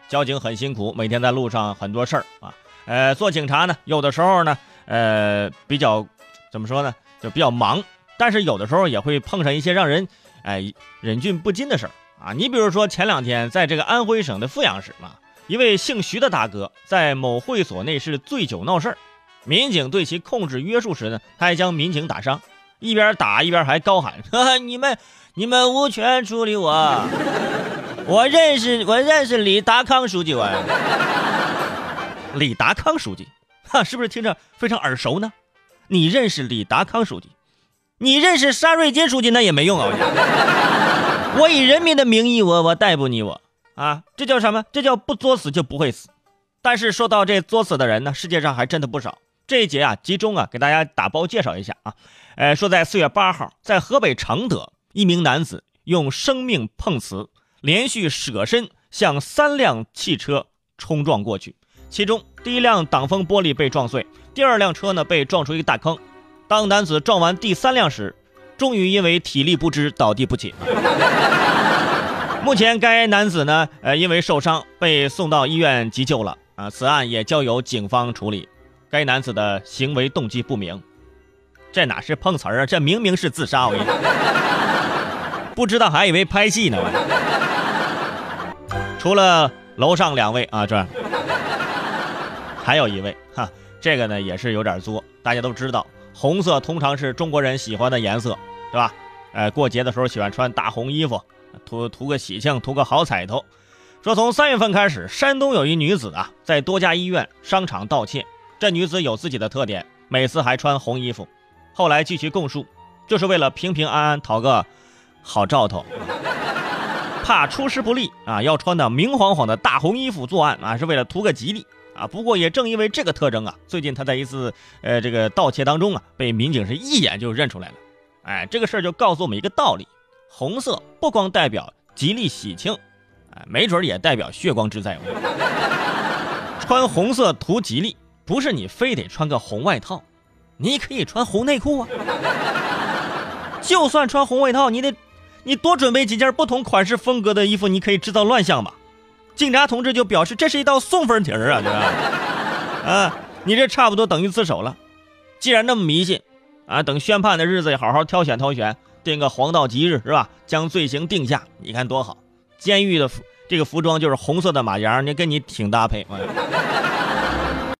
交警很辛苦，每天在路上很多事儿啊。做警察呢，有的时候呢，比较怎么说呢，就比较忙，但是有的时候也会碰上一些让人忍俊不禁的事儿啊。你比如说前2天在这个安徽省的阜阳市一位姓徐的大哥在某会所内是醉酒闹事儿，民警对其控制约束时呢，他还将民警打伤，一边打一边还高喊：你们无权处理我，我认识李达康书记李达康书记，是不是听着非常耳熟呢？你认识李达康书记，你认识沙瑞金书记那也没用啊！我以人民的名义，我逮捕你这叫什么？这叫不作死就不会死。但是说到这作死的人呢，世界上还真的不少。这一节集中给大家打包介绍一下说在4月8号，在河北承德，一名男子用生命碰瓷，连续舍身向3辆汽车冲撞过去。其中第一辆挡风玻璃被撞碎，第2辆车呢被撞出一个大坑。当男子撞完第3辆时，终于因为体力不支倒地不起。目前该男子呢因为受伤被送到医院急救了此案也交由警方处理。该男子的行为动机不明，这哪是碰瓷儿这明明是自杀，我跟你说，不知道还以为拍戏呢。除了楼上2位这还有一位这个呢也是有点作。大家都知道红色通常是中国人喜欢的颜色，对吧？过节的时候喜欢穿大红衣服，图个喜庆，图个好彩头。说从3月份开始，山东有一女子在多家医院商场盗窃。这女子有自己的特点，每次还穿红衣服。后来据其供述，就是为了平平安安讨个好兆头，怕出师不利要穿的明晃晃的大红衣服作案是为了图个吉利不过也正因为这个特征最近他在一次这个盗窃当中被民警是一眼就认出来了。这个事儿就告诉我们一个道理，红色不光代表吉利喜庆没准也代表血光之灾。穿红色图吉利，不是你非得穿个红外套，你可以穿红内裤就算穿红外套，你多准备几件不同款式风格的衣服，你可以制造乱象吧。警察同志就表示这是一道送分题对吧？你这差不多等于自首了。既然那么迷信等宣判的日子也好好挑选，定个黄道吉日是吧？将罪行定下，你看多好。监狱的这个服装就是红色的马甲，跟你挺搭配